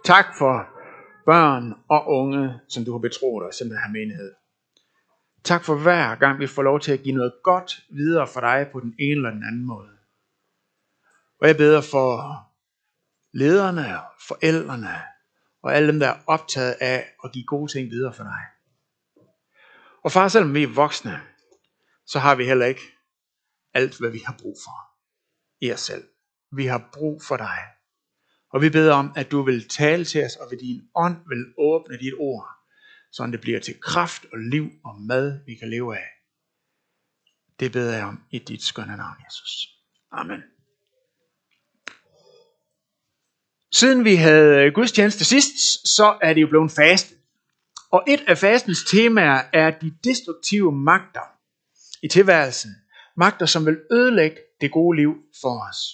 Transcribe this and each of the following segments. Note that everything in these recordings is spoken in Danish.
Tak for børn og unge, som du har betroet os i den her menighed. Tak for hver gang vi får lov til at give noget godt videre for dig på den ene eller den anden måde. Og jeg beder for lederne, forældrene og alle dem, der er optaget af at give gode ting videre for dig. Og far, selvom vi er voksne, så har vi heller ikke alt, hvad vi har brug for i os selv. Vi har brug for dig. Og vi beder om, at du vil tale til os, og ved din ånd vil åbne dit ord, så det bliver til kraft og liv og mad, vi kan leve af. Det beder jeg om i dit skønne navn, Jesus. Amen. Siden vi havde gudstjeneste sidst, så er det jo blevet faste. Og et af fastens temaer er de destruktive magter i tilværelsen. Magter, som vil ødelægge det gode liv for os.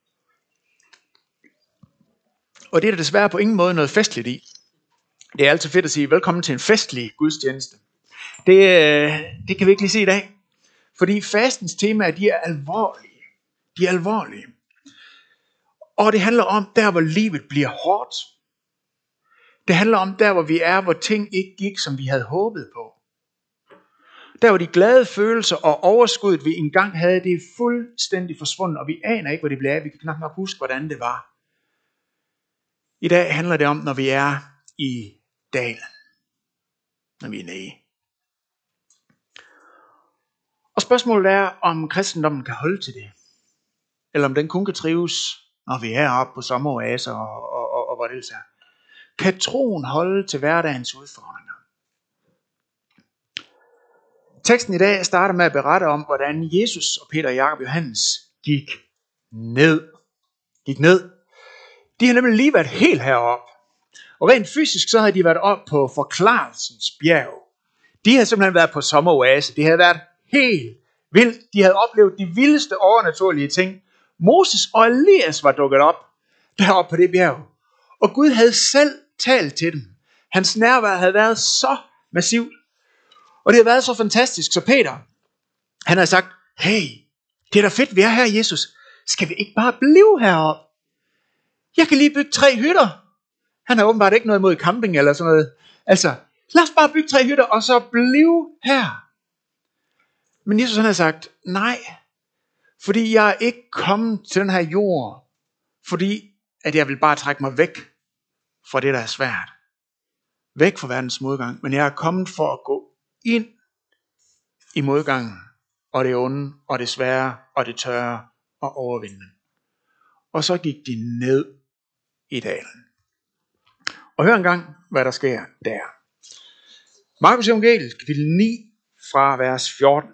Og det er der desværre på ingen måde noget festligt i. Det er altid fedt at sige velkommen til en festlig gudstjeneste. Det kan vi ikke lige se i dag. Fordi fastens temaer, de er alvorlige. De er alvorlige. Og det handler om der, hvor livet bliver hårdt. Det handler om der, hvor vi er, hvor ting ikke gik, som vi havde håbet på. Der, hvor de glade følelser og overskuddet, vi engang havde, det er fuldstændig forsvundet, og vi aner ikke, hvor det blev af. Vi kan knap nok huske, hvordan det var. I dag handler det om, når vi er i dalen. Når vi er nede. Og spørgsmålet er, om kristendommen kan holde til det. Eller om den kun kan trives, når vi er oppe på sommeroaser og hvad det er. Kan troen holde til hverdagens udfordringer? Teksten i dag starter med at berette om, hvordan Jesus og Peter, Jakob og Johannes gik ned. De har nemlig lige været helt heroppe. Og rent fysisk så havde de været op på forklarelsens bjerg. De havde simpelthen været på sommeroase. Det havde været helt vildt. De havde oplevet de vildeste overnaturlige ting. Moses og Elias var dukket op deroppe på det bjerg. Og Gud havde selv talt til dem. Hans nærvær havde været så massivt. Og det havde været så fantastisk. Så Peter, han havde sagt, hey, det er da fedt, vi er her, Jesus. Skal vi ikke bare blive heroppe? Jeg kan lige bygge 3 hytter. Han har åbenbart ikke noget imod camping eller sådan noget. Altså, lad os bare bygge 3 hytter, og så blive her. Men Jesus han har sagt, nej. Fordi jeg er ikke kommet til den her jord, fordi at jeg vil bare trække mig væk fra det, der er svært. Væk fra verdens modgang. Men jeg er kommet for at gå ind i modgangen, og det onde, og det svære, og det tørre, og overvinde. Og så gik de ned i dalen. Og hør engang, hvad der sker der. Markus evangeliet, kapitel 9, fra vers 14.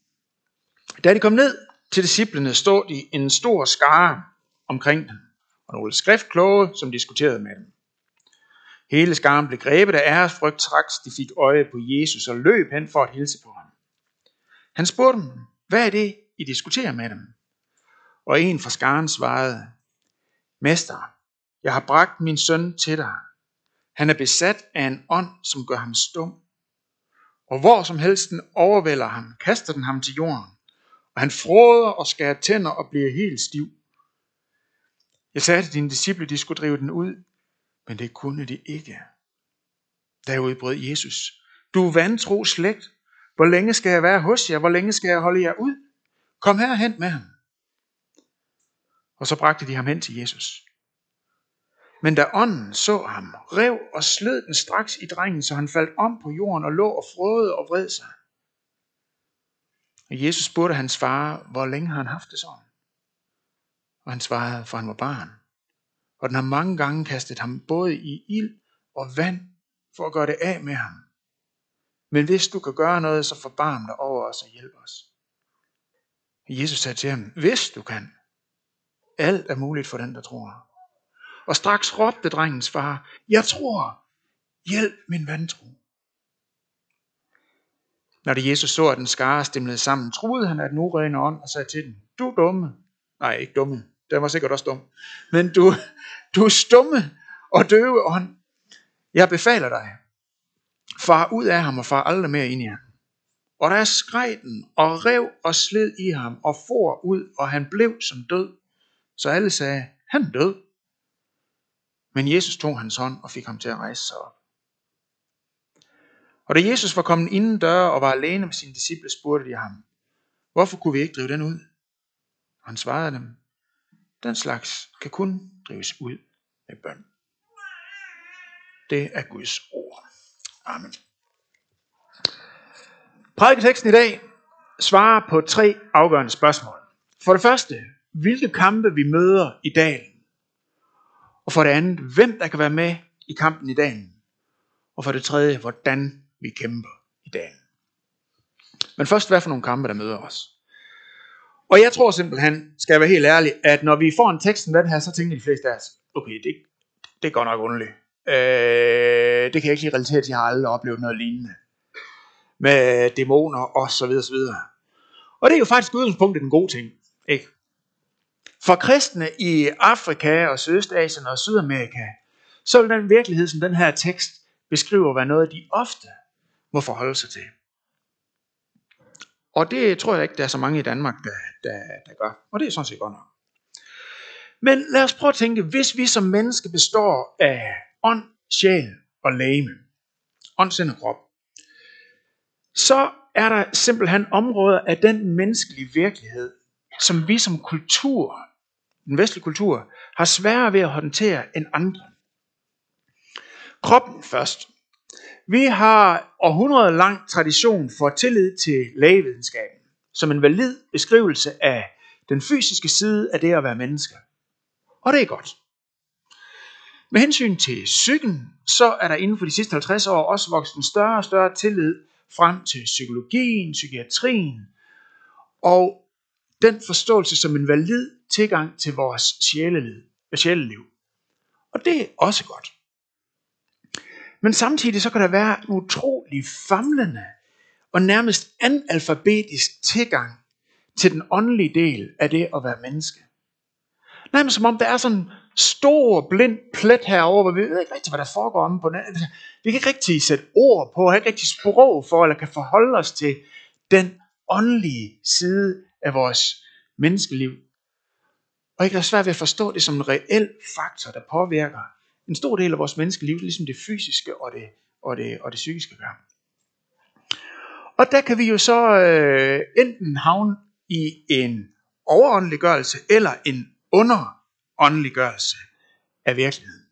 Da de kom ned til disciplene, stod de en stor skare omkring dem, og nogle skriftkloge, som diskuterede med dem. Hele skaren blev grebet af æresfrygt straks de fik øje på Jesus og løb hen for at hilse på ham. Han spurgte dem, hvad er det, I diskuterer med dem? Og en fra skaren svarede, Mester, jeg har bragt min søn til dig. Han er besat af en ånd, som gør ham stum. Og hvor som helst den overvælder ham, kaster den ham til jorden. Og han fråder og skærer tænder og bliver helt stiv. Jeg sagde til dine disciple, de skulle drive den ud, men det kunne de ikke. Der udbrød Jesus. Du vantro slægt. Hvor længe skal jeg være hos jer? Hvor længe skal jeg holde jer ud? Kom her hen med ham. Og så bragte de ham hen til Jesus. Men da ånden så ham, rev og sled den straks i drengen, så han faldt om på jorden og lå og frådede og vred sig. Og Jesus spurgte hans far, hvor længe har han haft det sådan? Og han svarede, for han var barn. Og den har mange gange kastet ham både i ild og vand, for at gøre det af med ham. Men hvis du kan gøre noget, så forbarm dig over os og hjælp os. Jesus sagde til ham, hvis du kan. Alt er muligt for den, der tror. Og straks råbte drengens far, jeg tror, hjælp min vantro. Når det Jesus så, at den skare stimlede sammen, troede han, at den urene ånd og sagde til den, du er dumme. Nej, ikke dumme. Den var sikkert også dum. Men du er stumme og døve ånd. Jeg befaler dig. Far ud af ham og far aldrig mere ind i ham. Og der skreg den og rev og sled i ham og for ud, og han blev som død. Så alle sagde, han død. Men Jesus tog hans hånd og fik ham til at rejse sig op. Og da Jesus var kommet inden døre og var alene med sine disciple, spurgte de ham, hvorfor kunne vi ikke drive den ud? Og han svarede dem, den slags kan kun drives ud med bøn. Det er Guds ord. Amen. Prædiketeksten i dag svarer på 3 afgørende spørgsmål. For det første, hvilke kampe vi møder i dagen. Og for det andet, hvem der kan være med i kampen i dagen. Og for det tredje, hvordan vi kæmper i dagen. Men først, hvad for nogle kampe, der møder os. Og jeg tror simpelthen, skal jeg være helt ærlig, at når vi får en tekst med det her, så tænker de fleste af os, okay, det er godt nok underligt. Det kan jeg ikke lige relatere til, jeg har aldrig oplevet noget lignende. Med dæmoner og så videre, så videre. Og det er jo faktisk udgangspunktet en god ting, ikke? For kristne i Afrika og Sydøstasien og Sydamerika, så vil den virkelighed, som den her tekst beskriver, være noget, de ofte må forholde sig til. Og det tror jeg ikke, der er så mange i Danmark, der gør. Og det er sådan set godt nok. Men lad os prøve at tænke, hvis vi som menneske består af ånd, sjæl og legeme, ånd, sind og krop, så er der simpelthen områder af den menneskelige virkelighed, som vi som kultur, den vestlige kultur, har sværere ved at håndtere end andre. Kroppen først. Vi har århundreder lang tradition for tillid til lægevidenskaben, som en valid beskrivelse af den fysiske side af det at være menneske. Og det er godt. Med hensyn til psyken, så er der inden for de sidste 50 år også vokset en større og større tillid frem til psykologien, psykiatrien, og den forståelse som en valid tilgang til vores sjæleliv. Og det er også godt. Men samtidig så kan der være en utrolig famlende og nærmest analfabetisk tilgang til den åndelige del af det at være menneske. Nærmest som om der er sådan en stor blind plet herovre, hvor vi ved ikke rigtig, hvad der foregår om på den. Vi kan ikke rigtig sætte ord på, har ikke rigtig sprog for, eller kan forholde os til den åndelige side af vores menneskeliv. Og ikke er svært ved at forstå det som en reel faktor, der påvirker en stor del af vores menneskeliv, ligesom det fysiske og det psykiske gør. Og der kan vi jo så enten havne i en overåndeliggørelse eller en underåndeliggørelse af virkeligheden.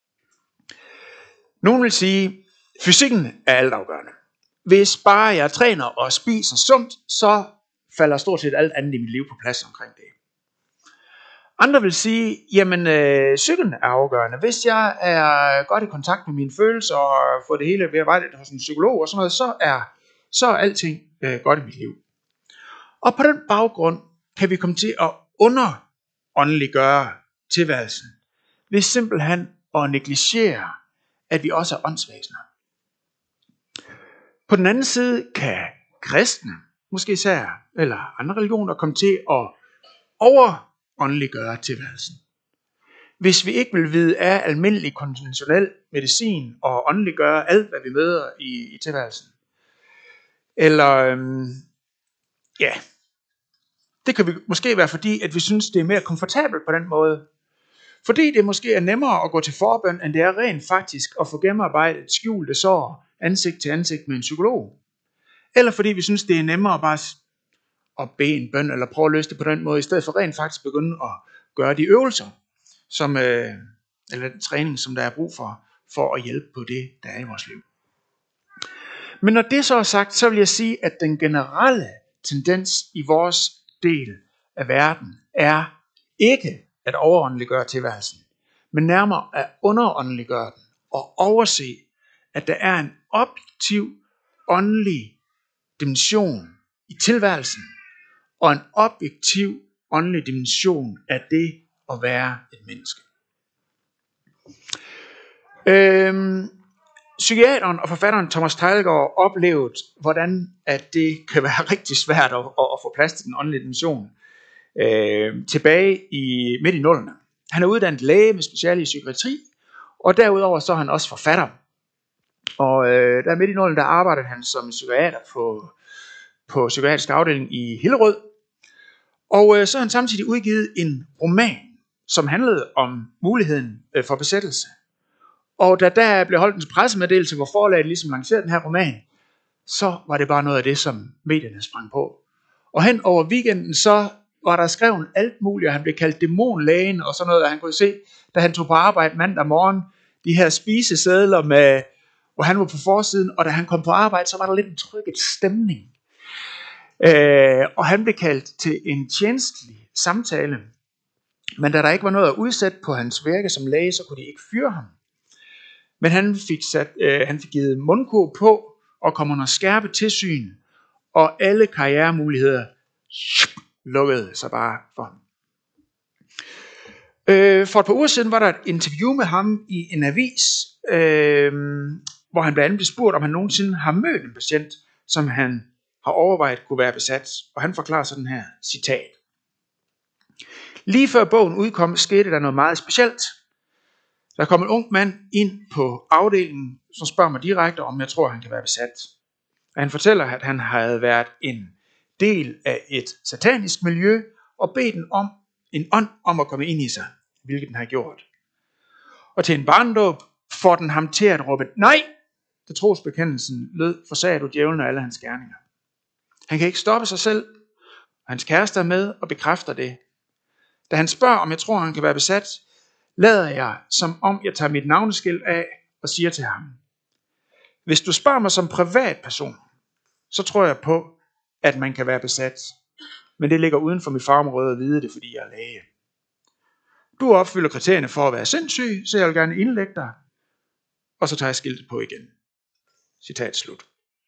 Nogle vil sige, at fysikken er altafgørende. Hvis bare jeg træner og spiser sundt, så falder stort set alt andet i mit liv på plads omkring det. Andre vil sige, jamen psyken er afgørende. Hvis jeg er godt i kontakt med mine følelser og får det hele bearbejdet hos en psykolog og sådan noget, så er alting godt i mit liv. Og på den baggrund kan vi komme til at underåndeliggøre tilværelsen ved simpelthen at negligere, at vi også er åndsvæsener. På den anden side kan kristne, måske især, eller andre religioner, komme til at overåndeliggøre tilværelsen. Hvis vi ikke vil vide af almindelig konventionel medicin og åndeliggøre alt, hvad vi møder i tilværelsen. Eller, det kan vi måske være fordi, at vi synes, det er mere komfortabelt på den måde. Fordi det måske er nemmere at gå til forbøn, end det er rent faktisk at få gennemarbejdet skjulte sår ansigt til ansigt med en psykolog. Eller fordi vi synes, det er nemmere bare at bede en bøn, eller prøve at løse det på den måde, i stedet for rent faktisk begynde at gøre de øvelser, eller den træning, som der er brug for at hjælpe på det, der er i vores liv. Men når det så er sagt, så vil jeg sige, at den generelle tendens i vores del af verden er ikke at overåndeliggøre tilværelsen, men nærmere at underåndeliggøre den og overse, at der er en objektiv åndelig dimension i tilværelsen og en objektiv åndelig dimension af det at være et menneske. Psykiateren og forfatteren Thomas Teilgaard oplevede, hvordan at det kan være rigtig svært at få plads til den åndelige dimension tilbage midt i nullerne. Han er uddannet læge med speciale i psykiatri, og derudover så er han også forfatter. Og der midt i nullerne, der arbejdede han som psykiater på psykiatrisk afdeling i Hillerød. Og så har han samtidig udgivet en roman, som handlede om muligheden for besættelse. Og da der blev holdt en pressemeddelelse, hvor forlaget ligesom lancerede den her roman, så var det bare noget af det, som medierne sprang på. Og hen over weekenden, så var der skrevet alt muligt, og han blev kaldt dæmonlægen og sådan noget, og han kunne se, da han tog på arbejde mandag morgen, de her spisesedler, hvor han var på forsiden, og da han kom på arbejde, så var der lidt en trykket stemning. Og han blev kaldt til en tjenestelig samtale, men da der ikke var noget at udsætte på hans virke som læge, så kunne de ikke fyre ham. Men han fik givet mundkurv på, og kom under skærpet tilsyn, og alle karrieremuligheder lukkede sig bare for ham. For et par uger siden var der et interview med ham i en avis, hvor han blandt andet blev spurgt, om han nogensinde har mødt en patient, som han har overvejet kunne være besat. Og han forklarer sådan her, citat. Lige før bogen udkom, skete der noget meget specielt. Der kom en ung mand ind på afdelingen, som spørger mig direkte, om jeg tror, han kan være besat. Og han fortæller, at han havde været en del af et satanisk miljø, og bedt en ånd om at komme ind i sig, hvilket den har gjort. Og til en barndåb får den ham til at råbe nej, da trosbekendelsen lød, forsager du djævlen og alle hans gerninger. Han kan ikke stoppe sig selv, og hans kæreste er med og bekræfter det. Da han spørger, om jeg tror, han kan være besat, lader jeg, som om jeg tager mit navneskilt af og siger til ham, hvis du spørger mig som privatperson, så tror jeg på, at man kan være besat. Men det ligger uden for mit fagområde at vide det, fordi jeg er læge. Du opfylder kriterierne for at være sindssyg, så jeg vil gerne indlægge dig. Og så tager jeg skiltet på igen. Citat slut.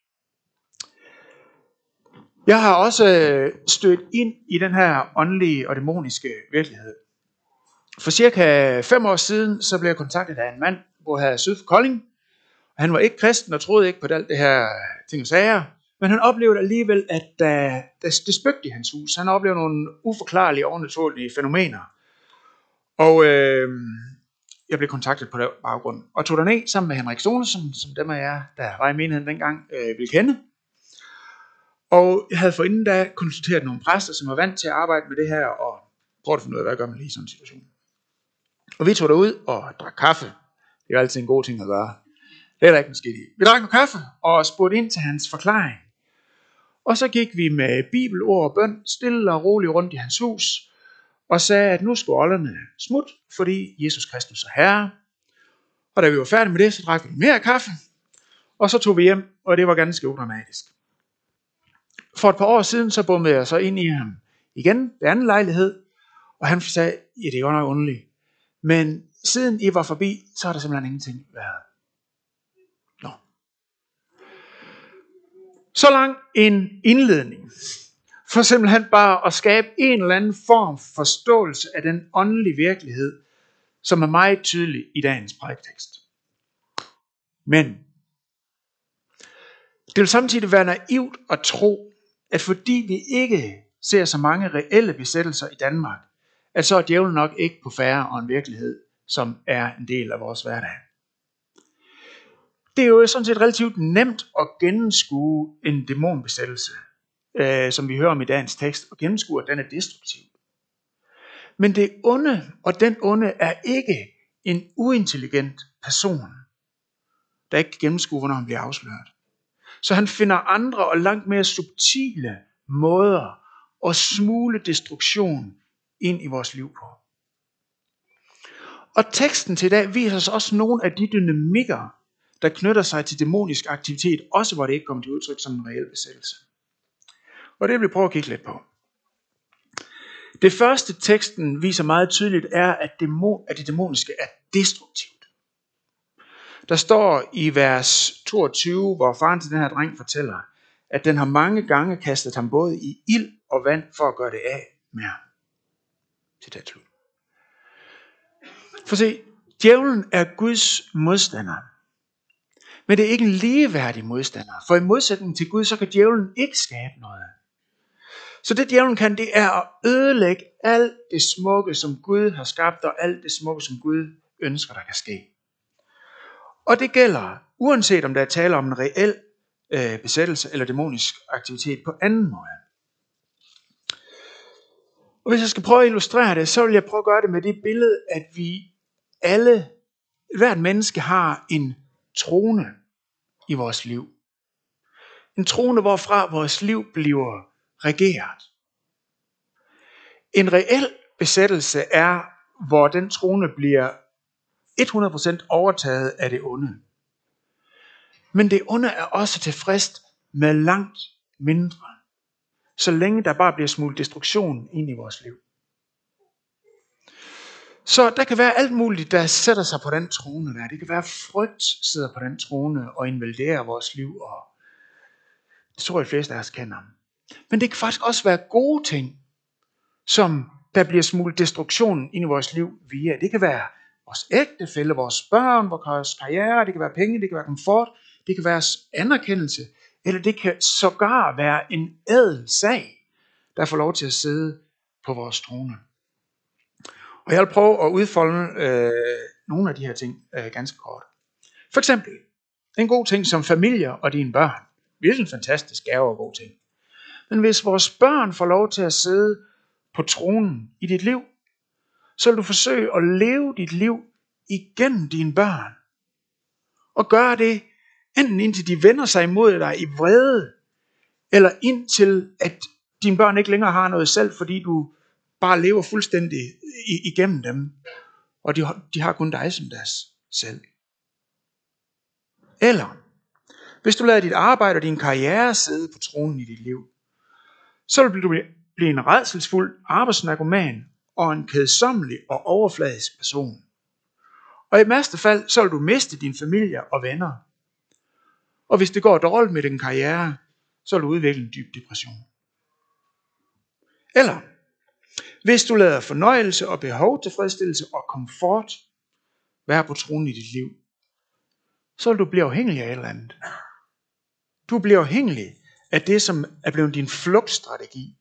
Jeg har også stødt ind i den her åndelige og dæmoniske virkelighed. For cirka 5 år siden, så blev jeg kontaktet af en mand, hvor her syd for Kolding. Han var ikke kristen og troede ikke på alt det her ting og sager. Men han oplevede alligevel, at det spøgte i hans hus. Han oplevede nogle uforklarlige, overnaturlige fænomener. Og jeg blev kontaktet på den baggrund. Og tog derned sammen med Henrik Sonesen, som dem af jer, der var i menigheden dengang, ville kende. Og jeg havde forinden da konsulteret nogle præster, som var vant til at arbejde med det her, og prøvede at finde ud af, hvad gør man lige i sådan en situation. Og vi tog derud og drak kaffe. Det er altid en god ting at gøre. Det er der ikke en skidt i. Vi drak noget kaffe og spurgte ind til hans forklaring. Og så gik vi med bibelord og bøn stille og roligt rundt i hans hus, og sagde, at nu skulle ålderne smut, fordi Jesus Kristus er Herre. Og da vi var færdige med det, så drak vi mere kaffe, og så tog vi hjem, og det var ganske udramatisk. For et par år siden, så bummede jeg så ind i ham igen, ved anden lejlighed, og han sagde, ja, det er jo nok underligt. Men siden I var forbi, så har der simpelthen ingenting været. Nå. Så lang en indledning, for simpelthen bare at skabe en eller anden form for forståelse af den åndelige virkelighed, som er meget tydelig i dagens prædiketekst. Men det vil samtidig være naivt at tro, at fordi vi ikke ser så mange reelle besættelser i Danmark, at så er djævlen nok ikke på færre og en virkelighed, som er en del af vores hverdag. Det er jo sådan set relativt nemt at gennemskue en dæmonbesættelse, som vi hører om i dagens tekst, og gennemskue, at den er destruktiv. Men det onde, og den onde er ikke en uintelligent person, der ikke kan gennemskue, hvornår han bliver afsløret. Så han finder andre og langt mere subtile måder at smule destruktion ind i vores liv på. Og teksten til i dag viser os også nogle af de dynamikker, der knytter sig til dæmonisk aktivitet, også hvor det ikke kommer til udtryk som en reel besættelse. Og det vil vi prøve at kigge lidt på. Det første teksten viser meget tydeligt er, at det dæmoniske er destruktivt. Der står i vers 22, hvor faren til den her dreng fortæller, at den har mange gange kastet ham både i ild og vand for at gøre det af med ham. Citat slut. For se, djævlen er Guds modstander. Men det er ikke en ligeværdig modstander. For i modsætning til Gud, så kan djævlen ikke skabe noget. Så det djævlen kan, det er at ødelægge alt det smukke, som Gud har skabt, og alt det smukke, som Gud ønsker, der kan ske. Og det gælder, uanset om der er tale om en reel besættelse eller dæmonisk aktivitet på anden måde. Og hvis jeg skal prøve at illustrere det, så vil jeg prøve at gøre det med det billede, at vi alle, hvert menneske har en trone i vores liv. En trone, hvorfra vores liv bliver regeret. En reel besættelse er, hvor den trone bliver 100% overtaget af det onde. Men det onde er også tilfreds med langt mindre, så længe der bare bliver smuglet destruktion ind i vores liv. Så der kan være alt muligt, der sætter sig på den trone der. Det kan være, at frygt sidder på den trone og invaderer vores liv, og det tror jeg, de fleste af os kender. Men det kan faktisk også være gode ting, som der bliver smuglet destruktion ind i vores liv via. Det kan være vores ægtefælle, vores børn, vores karriere, det kan være penge, det kan være komfort, det kan være anerkendelse, eller det kan sågar være en ædel sag, der får lov til at sidde på vores trone. Og jeg vil prøve at udfolde nogle af de her ting ganske kort. For eksempel, en god ting som familie og dine børn. Virkelig en fantastisk gave og god ting. Men hvis vores børn får lov til at sidde på tronen i dit liv, så vil du forsøge at leve dit liv igennem dine børn. Og gøre det enten indtil de vender sig imod dig i vrede, eller indtil at dine børn ikke længere har noget selv, fordi du bare lever fuldstændig igennem dem. Og de har kun dig som deres selv. Eller, hvis du lader dit arbejde og din karriere sidde på tronen i dit liv, så vil du blive en rædselsfuld arbejdsnarkoman og en kedsommelig og overfladisk person. Og i værste fald, så vil du miste din familie og venner. Og hvis det går dårligt med din karriere, så vil du udvikle en dyb depression. Eller, hvis du lader fornøjelse og behov, tilfredsstillelse og komfort være på tronen i dit liv, så vil du blive afhængig af et eller andet. Du bliver afhængig af det, som er blevet din flugtstrategi.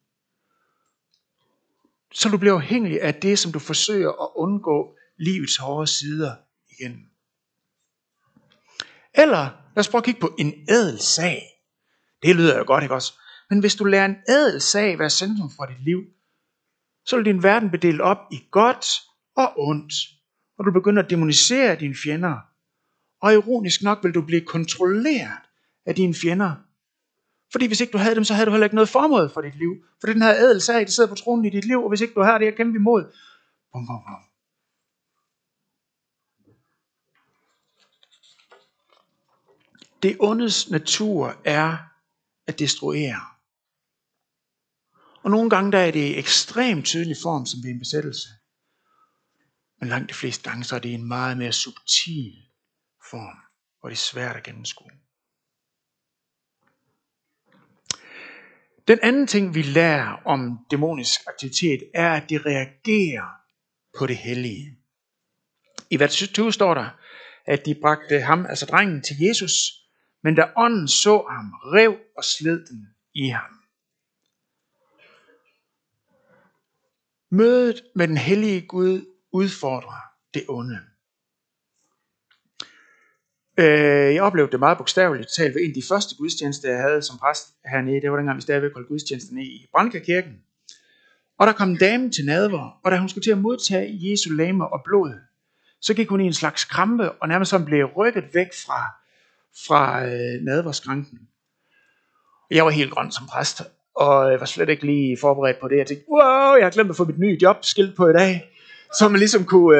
Så du bliver afhængig af det, som du forsøger at undgå livets hårde sider igen. Eller, lad os prøve at kigge på en ædel sag. Det lyder jo godt, ikke også? Men hvis du lader en ædel sag være centrum for dit liv, så vil din verden blive delt op i godt og ondt. Og du begynder at dæmonisere dine fjender. Og ironisk nok vil du blive kontrolleret af dine fjender. Fordi hvis ikke du havde dem, så havde du heller ikke noget formål for dit liv. For den her ædel sag, det sidder på tronen i dit liv, og hvis ikke du har det, jeg kæmper imod. Bum, bum, bum. Det ondes natur er at destruere. Og nogle gange der er det i ekstremt tydelig form, som ved en besættelse. Men langt de fleste gange, så er det i en meget mere subtil form, hvor det er svært at gennemskue. Den anden ting, vi lærer om dæmonisk aktivitet, er, at det reagerer på det hellige. I vers 20 står der, at de bragte ham, altså drengen, til Jesus, men da ånden så ham, rev og sled den i ham. Mødet med den hellige Gud udfordrer det onde. Jeg oplevede det meget bogstaveligt talt ved en af de første gudstjenester, jeg havde som præst hernede. Det var dengang, vi stadigvæk holdt gudstjenesterne i Brandkirken. Og der kom en dame til nadver, og da hun skulle til at modtage Jesu legeme og blod, så gik hun i en slags krampe, og nærmest sådan blev rykket væk fra nadverskranken. Jeg var helt grøn som præst, og jeg var slet ikke lige forberedt på det. Jeg tænkte, wow, jeg har glemt at få mit nye jobskilt på i dag, så man ligesom kunne...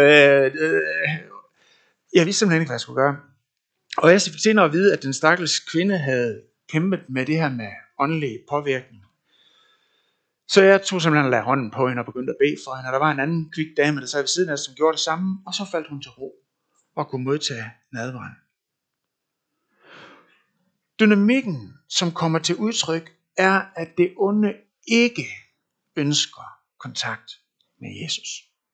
jeg vidste simpelthen ikke, hvad jeg skulle gøre. Og jeg fik senere at vide, at den stakkels kvinde havde kæmpet med det her med åndelig påvirkning. Så jeg tog simpelthen og lagde hånden på hende og begyndte at bede for hende. Og der var en anden kvik dame, der sad ved siden af, som gjorde det samme. Og så faldt hun til ro og kunne modtage nadveren. Dynamikken, som kommer til udtryk, er, at det onde ikke ønsker kontakt med Jesus.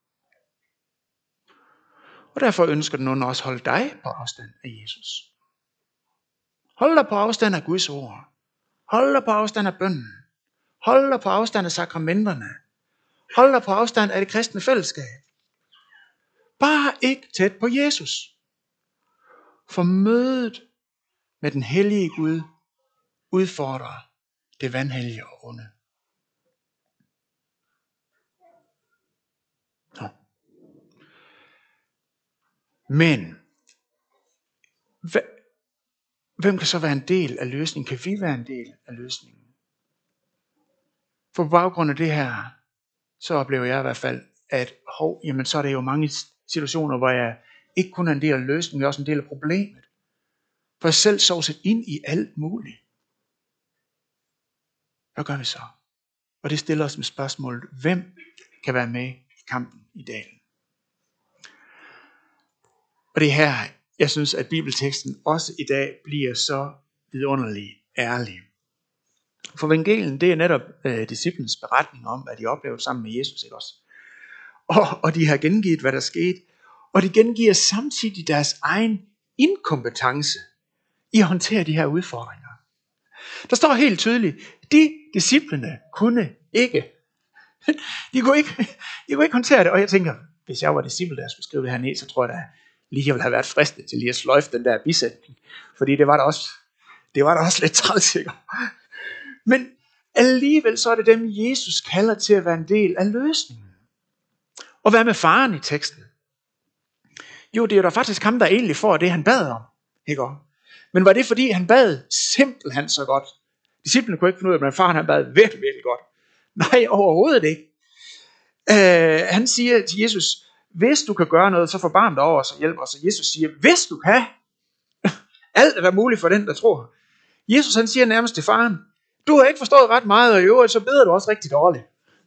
Og derfor ønsker den onde også holde dig på afstand af Jesus. Hold dig på afstand af Guds ord. Hold dig på afstand af bønnen. Hold dig på afstand af sakramenterne. Hold dig på afstand af det kristne fællesskab. Bare ikke tæt på Jesus. For mødet med den hellige Gud udfordrer det vanhellige og onde. Men hvem kan så være en del af løsningen? Kan vi være en del af løsningen? For på baggrund af det her, så oplever jeg i hvert fald, at jamen så er det jo mange situationer, hvor jeg ikke kun er en del af løsningen, men også en del af problemet. For jeg selv sovset ind i alt muligt. Hvad gør vi så? Og det stiller os med spørgsmålet, hvem kan være med i kampen i dalen? Og det er her, jeg synes, at bibelteksten også i dag bliver så vidunderlig ærlig. For evangelen, det er netop disciplenes beretning om, hvad de oplevede sammen med Jesus, ikke også? Og de har gengivet, hvad der skete. Og de gengiver samtidig deres egen inkompetence i at håndtere de her udfordringer. Der står helt tydeligt, de disciplene kunne ikke. De kunne ikke håndtere det. Og jeg tænker, hvis jeg var disciple, der skulle skrive det her ned, så tror jeg da lige, jeg ville have været fristet til lige at sløjfe den der bisætning. Fordi det var da også lidt trælsikker. Men alligevel så er det dem, Jesus kalder til at være en del af løsningen. Og hvad med faren i teksten? Jo, det er jo da faktisk ham, der egentlig får det, han bad om. Ikke? Men var det, fordi han bad simpelthen så godt? Disciplene kunne ikke finde ud af, men faren han bad virkelig, virkelig godt. Nej, overhovedet ikke. Han siger til Jesus, hvis du kan gøre noget, så forbarm dig over os og hjælp os. Og Jesus siger, hvis du kan, alt er der muligt for den, der tror. Jesus han siger nærmest til faren, du har ikke forstået ret meget, og i øvrigt så beder du også rigtig dårligt.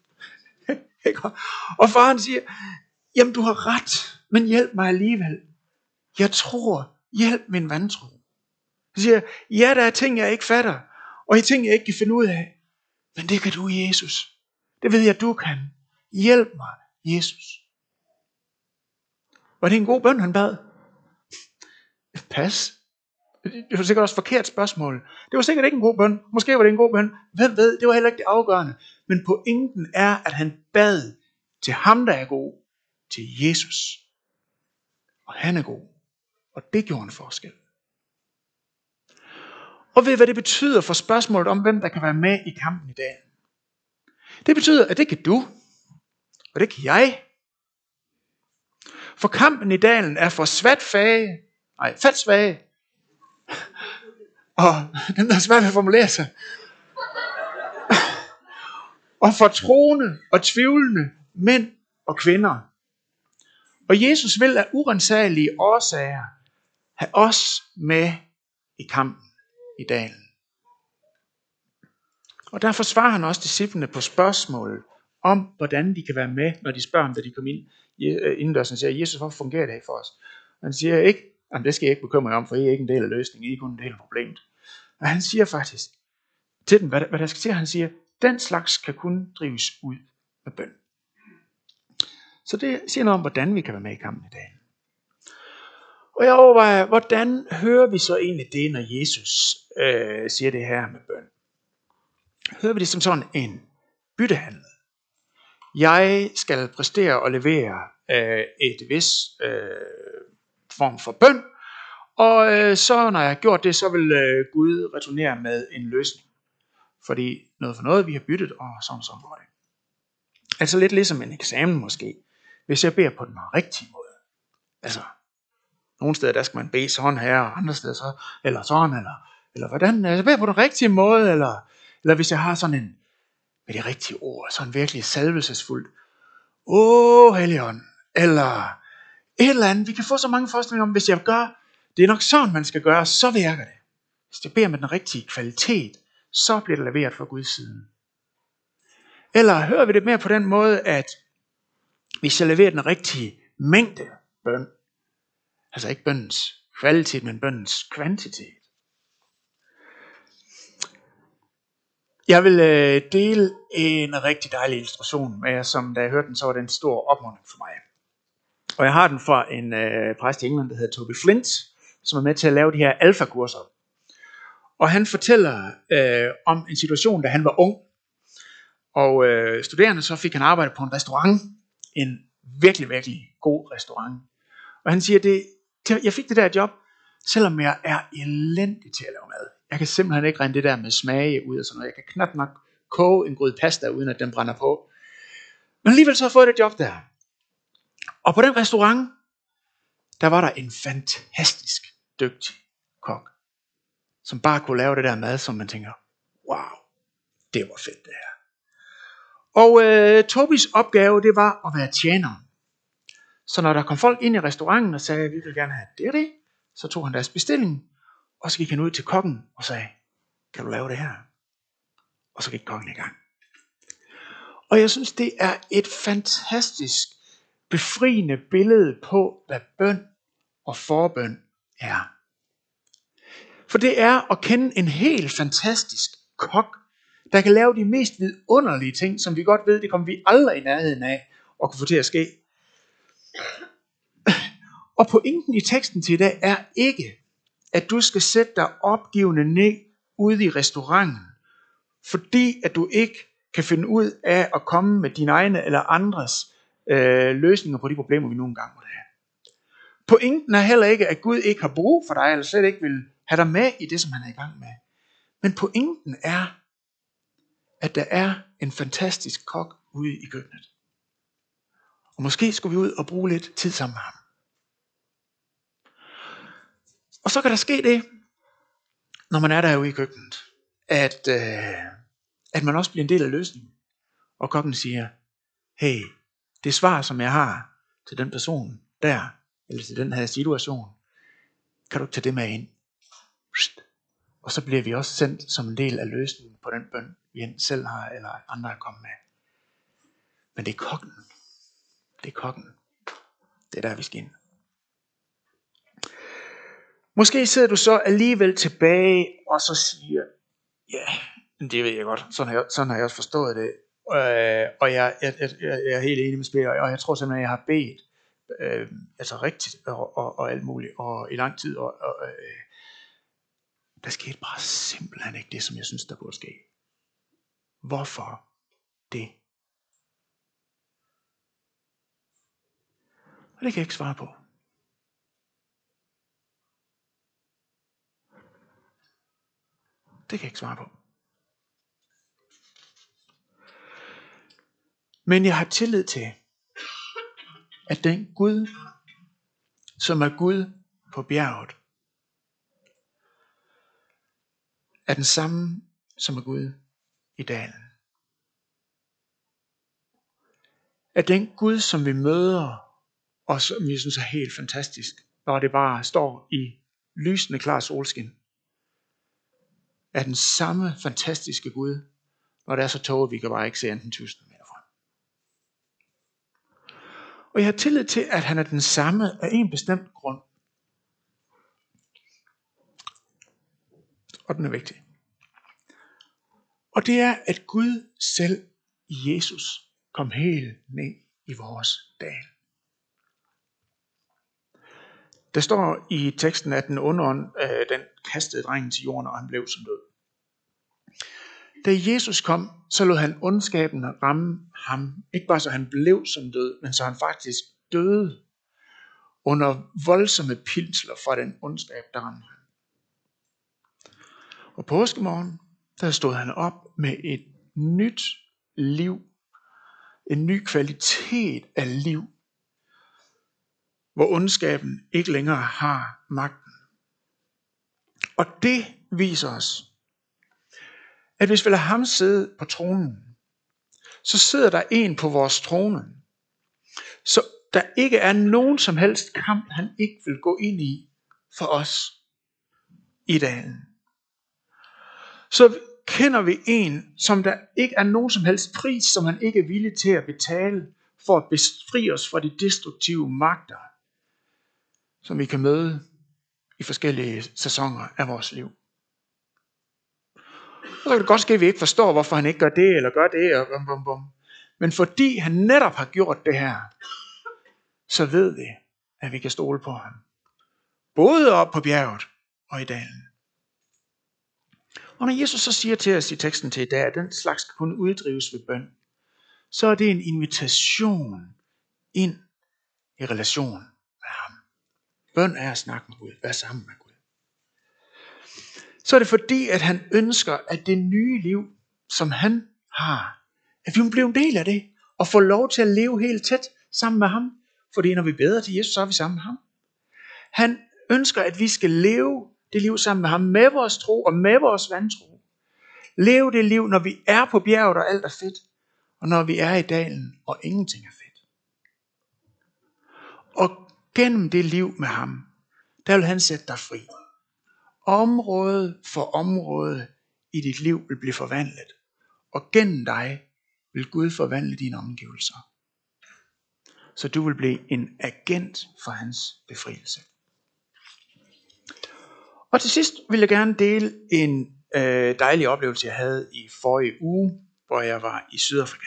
Og faren siger, jamen du har ret, men hjælp mig alligevel. Jeg tror, hjælp min vantro. Han siger, ja der er ting jeg ikke fatter, og i ting jeg ikke kan finde ud af, men det kan du Jesus. Det ved jeg du kan. Hjælp mig Jesus. Var det en god bøn han bad? Pas. Det var sikkert også et forkert spørgsmål. Det var sikkert ikke en god bøn. Måske var det en god bøn. Hvem ved, det var heller ikke det afgørende. Men pointen er, at han bad til ham, der er god. Til Jesus. Og han er god. Og det gjorde en forskel. Og ved hvad det betyder for spørgsmålet om, hvem der kan være med i kampen i dag? Det betyder, at det kan du. Og det kan jeg. For kampen i dalen er for fatsvage. Og den der er svært ved at formulere sig. Og for troende og tvivlende mænd og kvinder. Og Jesus vil af urensagelige årsager have os med i kampen i dalen. Og derfor svarer han også disciplene på spørgsmålet om, hvordan de kan være med, når de spørger ham, da de kom ind indendørs. Han siger, Jesus, hvorfor fungerer det ikke for os? Og han siger ikke, jamen det skal jeg ikke bekymre jer om, for I er ikke en del af løsningen, I er kun en del af problemet. Og han siger faktisk til dem, hvad der skal til. Han siger, den slags kan kun drives ud med bøn. Så det siger noget om, hvordan vi kan være med i kampen i dag. Og jeg overvejer, hvordan hører vi så egentlig det, når Jesus siger det her med bøn? Hører vi det som sådan en byttehandel? Jeg skal præstere og levere et vis form for bøn, og så når jeg har gjort det, så vil Gud returnere med en løsning. Fordi noget for noget, vi har byttet, og sådan går det. Altså lidt ligesom en eksamen måske. Hvis jeg beder på den rigtige måde. Altså, nogle steder der skal man bede sådan her, og andre steder så, eller sådan, eller hvordan. Altså beder på den rigtige måde, eller hvis jeg har sådan en, med det rigtige ord, sådan virkelig salvelsesfuldt. Helligånd, eller et eller andet. Vi kan få så mange forestillinger om, hvis jeg gør, det er nok sådan, man skal gøre, så virker det. Hvis jeg beder med den rigtige kvalitet, så bliver det leveret fra Guds side. Eller hører vi det mere på den måde, at hvis jeg leverer den rigtige mængde bøn, altså ikke bønnens kvalitet, men bønnens kvantitet. Jeg vil dele en rigtig dejlig illustration med jer, som da jeg hørte den, så var det en stor opmuntring for mig. Og jeg har den fra en præst i England, der hedder Toby Flint, som er med til at lave de her alfakurser. Og han fortæller om en situation, da han var ung. Og studerende, så fik han arbejde på en restaurant. En virkelig, virkelig god restaurant. Og han siger, jeg fik det der job, selvom jeg er elendig til at lave mad. Jeg kan simpelthen ikke regne det der med smage ud og sådan noget. Jeg kan knap nok koge en gryde pasta, uden at den brænder på. Men alligevel så har jeg fået det job der. Og på den restaurant, der var der en fantastisk dygtig kok, som bare kunne lave det der mad, som man tænker, wow, det var fedt det her. Og Tobis opgave, det var at være tjeneren. Så når der kom folk ind i restauranten og sagde, vi vil gerne have det og det, så tog han deres bestilling, og så gik han ud til kokken og sagde, kan du lave det her? Og så gik kokken i gang. Og jeg synes, det er et fantastisk befriende billede på, hvad bøn og forbøn er. For det er at kende en helt fantastisk kok, der kan lave de mest vidunderlige ting, som vi godt ved, det kommer vi aldrig i nærheden af at kunne få til at ske. Og pointen i teksten til i dag er ikke, at du skal sætte dig opgivende ned ude i restauranten, fordi at du ikke kan finde ud af at komme med dine egne eller andres løsninger på de problemer, vi nogle gange måtte have. Pointen er heller ikke, at Gud ikke har brug for dig, eller slet ikke vil have dig med i det, som han er i gang med. Men pointen er, at der er en fantastisk kok ude i køkkenet. Og måske skulle vi ud og bruge lidt tid sammen med ham. Og så kan der ske det, når man er derude i køkkenet, at man også bliver en del af løsningen. Og kokken siger, hey, det svar, som jeg har til den person der, eller til den her situation, kan du tage det med ind? Og så bliver vi også sendt som en del af løsningen på den bøn, vi enten selv har, eller andre er kommet med. Men det er kokken. Det er kokken. Det er der, vi skal ind. Måske sidder du så alligevel tilbage, og så siger, ja, det ved jeg godt, sådan har jeg også forstået det. Og jeg er helt enig med Spiller, og jeg tror simpelthen, at jeg har bedt, rigtigt, og alt muligt, og i lang tid, der skete bare simpelthen ikke det, som jeg synes, der burde ske. Hvorfor det? Og det kan jeg ikke svare på. Det kan jeg ikke svare på. Men jeg har tillid til, at den Gud, som er Gud på bjerget, er den samme, som er Gud i dalen. At den Gud, som vi møder, og som vi synes er helt fantastisk, når det bare står i lysende klar solskin, er den samme fantastiske Gud, når det er så tåget, vi kan bare ikke se enten 1000 meter frem. Og jeg har tillid til, at han er den samme af en bestemt grund. Og den er vigtig. Og det er, at Gud selv i Jesus kom helt ned i vores dal. Der står i teksten, at den onde ånd, den kastede drengen til jorden, og han blev som død. Da Jesus kom, så lod han ondskaben ramme ham. Ikke bare så han blev som død, men så han faktisk døde under voldsomme pinsler fra den ondskab, der ramte ham. Og påskemorgen, der stod han op med et nyt liv. En ny kvalitet af liv. Hvor ondskaben ikke længere har magten. Og det viser os, at hvis vi lader ham sidde på tronen, så sidder der en på vores trone, så der ikke er nogen som helst kamp, han ikke vil gå ind i for os i dalen. Så kender vi en, som der ikke er nogen som helst pris, som han ikke er villig til at betale, for at befri os fra de destruktive magter, som vi kan møde i forskellige sæsoner af vores liv. Og så kan det godt ske, at vi ikke forstår, hvorfor han ikke gør det, eller gør det, og bum, bum, bum. Men fordi han netop har gjort det her, så ved vi, at vi kan stole på ham. Både op på bjerget og i dalen. Og når Jesus så siger til os i teksten til i dag, at den slags skal kunne uddrives ved bøn, så er det en invitation ind i relation med ham. Bøn er at snakke med Gud, være sammen med Gud. Så er det fordi, at han ønsker, at det nye liv, som han har, at vi må blive en del af det, og få lov til at leve helt tæt sammen med ham. Fordi når vi beder til Jesus, så er vi sammen med ham. Han ønsker, at vi skal leve det liv sammen med ham, med vores tro og med vores vantro. Leve det liv, når vi er på bjerget, og alt er fedt, og når vi er i dalen, og ingenting er fedt. Og gennem det liv med ham, der vil han sætte dig fri. Område for område i dit liv vil blive forvandlet. Og gennem dig vil Gud forvandle dine omgivelser. Så du vil blive en agent for hans befrielse. Og til sidst vil jeg gerne dele en dejlig oplevelse, jeg havde i forrige uge, hvor jeg var i Sydafrika.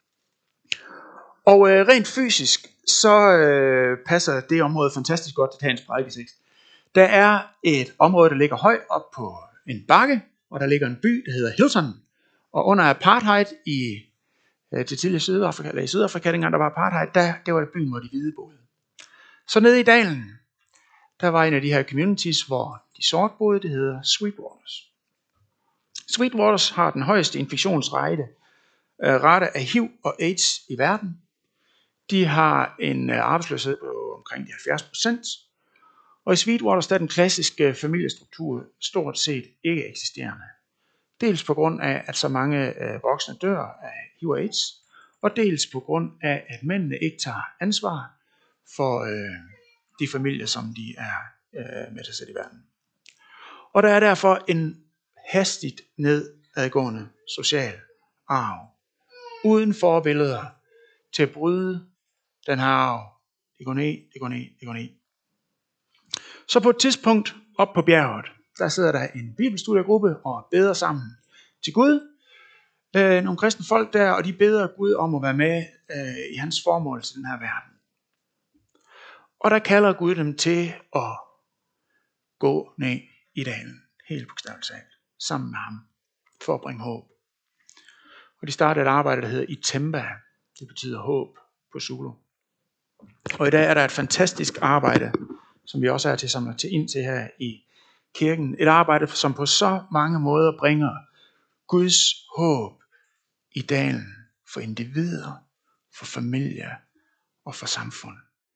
Og rent fysisk, så passer det område fantastisk godt til dagens prædiketekst. Der er et område, der ligger højt op på en bakke, og der ligger en by, der hedder Hilton. Og under apartheid i det tidligere Sydafrika, eller i Sydafrika, dengang der var apartheid, det var det byen, hvor de hvide boede. Så nede i dalen, der var en af de her communities, hvor de sorte boede, det hedder Sweetwaters. Sweetwaters har den højeste infektionsrate af HIV og AIDS i verden. De har en arbejdsløshed på omkring de 70%. Og i Sweetwaters der er den klassiske familiestruktur stort set ikke eksisterende. Dels på grund af, at så mange voksne dør af HIV og AIDS, og dels på grund af, at mændene ikke tager ansvar for de familier, som de er med til at sætte i verden. Og der er derfor en hastigt nedadgående social arv, uden forbilleder til at bryde den her arv. Det går ned. Så på et tidspunkt op på bjerget, der sidder der en bibelstudiegruppe og beder sammen til Gud. Nogle kristne folk der, og de beder Gud om at være med i hans formål til den her verden. Og der kalder Gud dem til at gå ned i dalen, helt bogstaveligt talt, sammen med ham, for at bringe håb. Og de startede et arbejde, der hedder Itemba. Det betyder håb på Zulu. Og i dag er der et fantastisk arbejde, som vi også er til samlet ind til her i kirken. Et arbejde, som på så mange måder bringer Guds håb i dalen for individer, for familier og for samfund.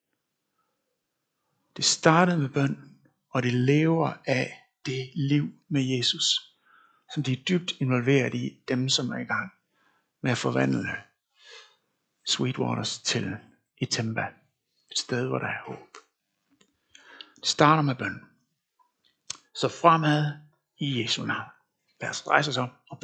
Det startede med bøn, og det lever af det liv med Jesus, som de er dybt involveret i, dem som er i gang med at forvandle Sweetwaters til Itemba, et sted, hvor der er håb. Det starter med bøn. Så fremad i Jesu navn. Lad os rejse os op og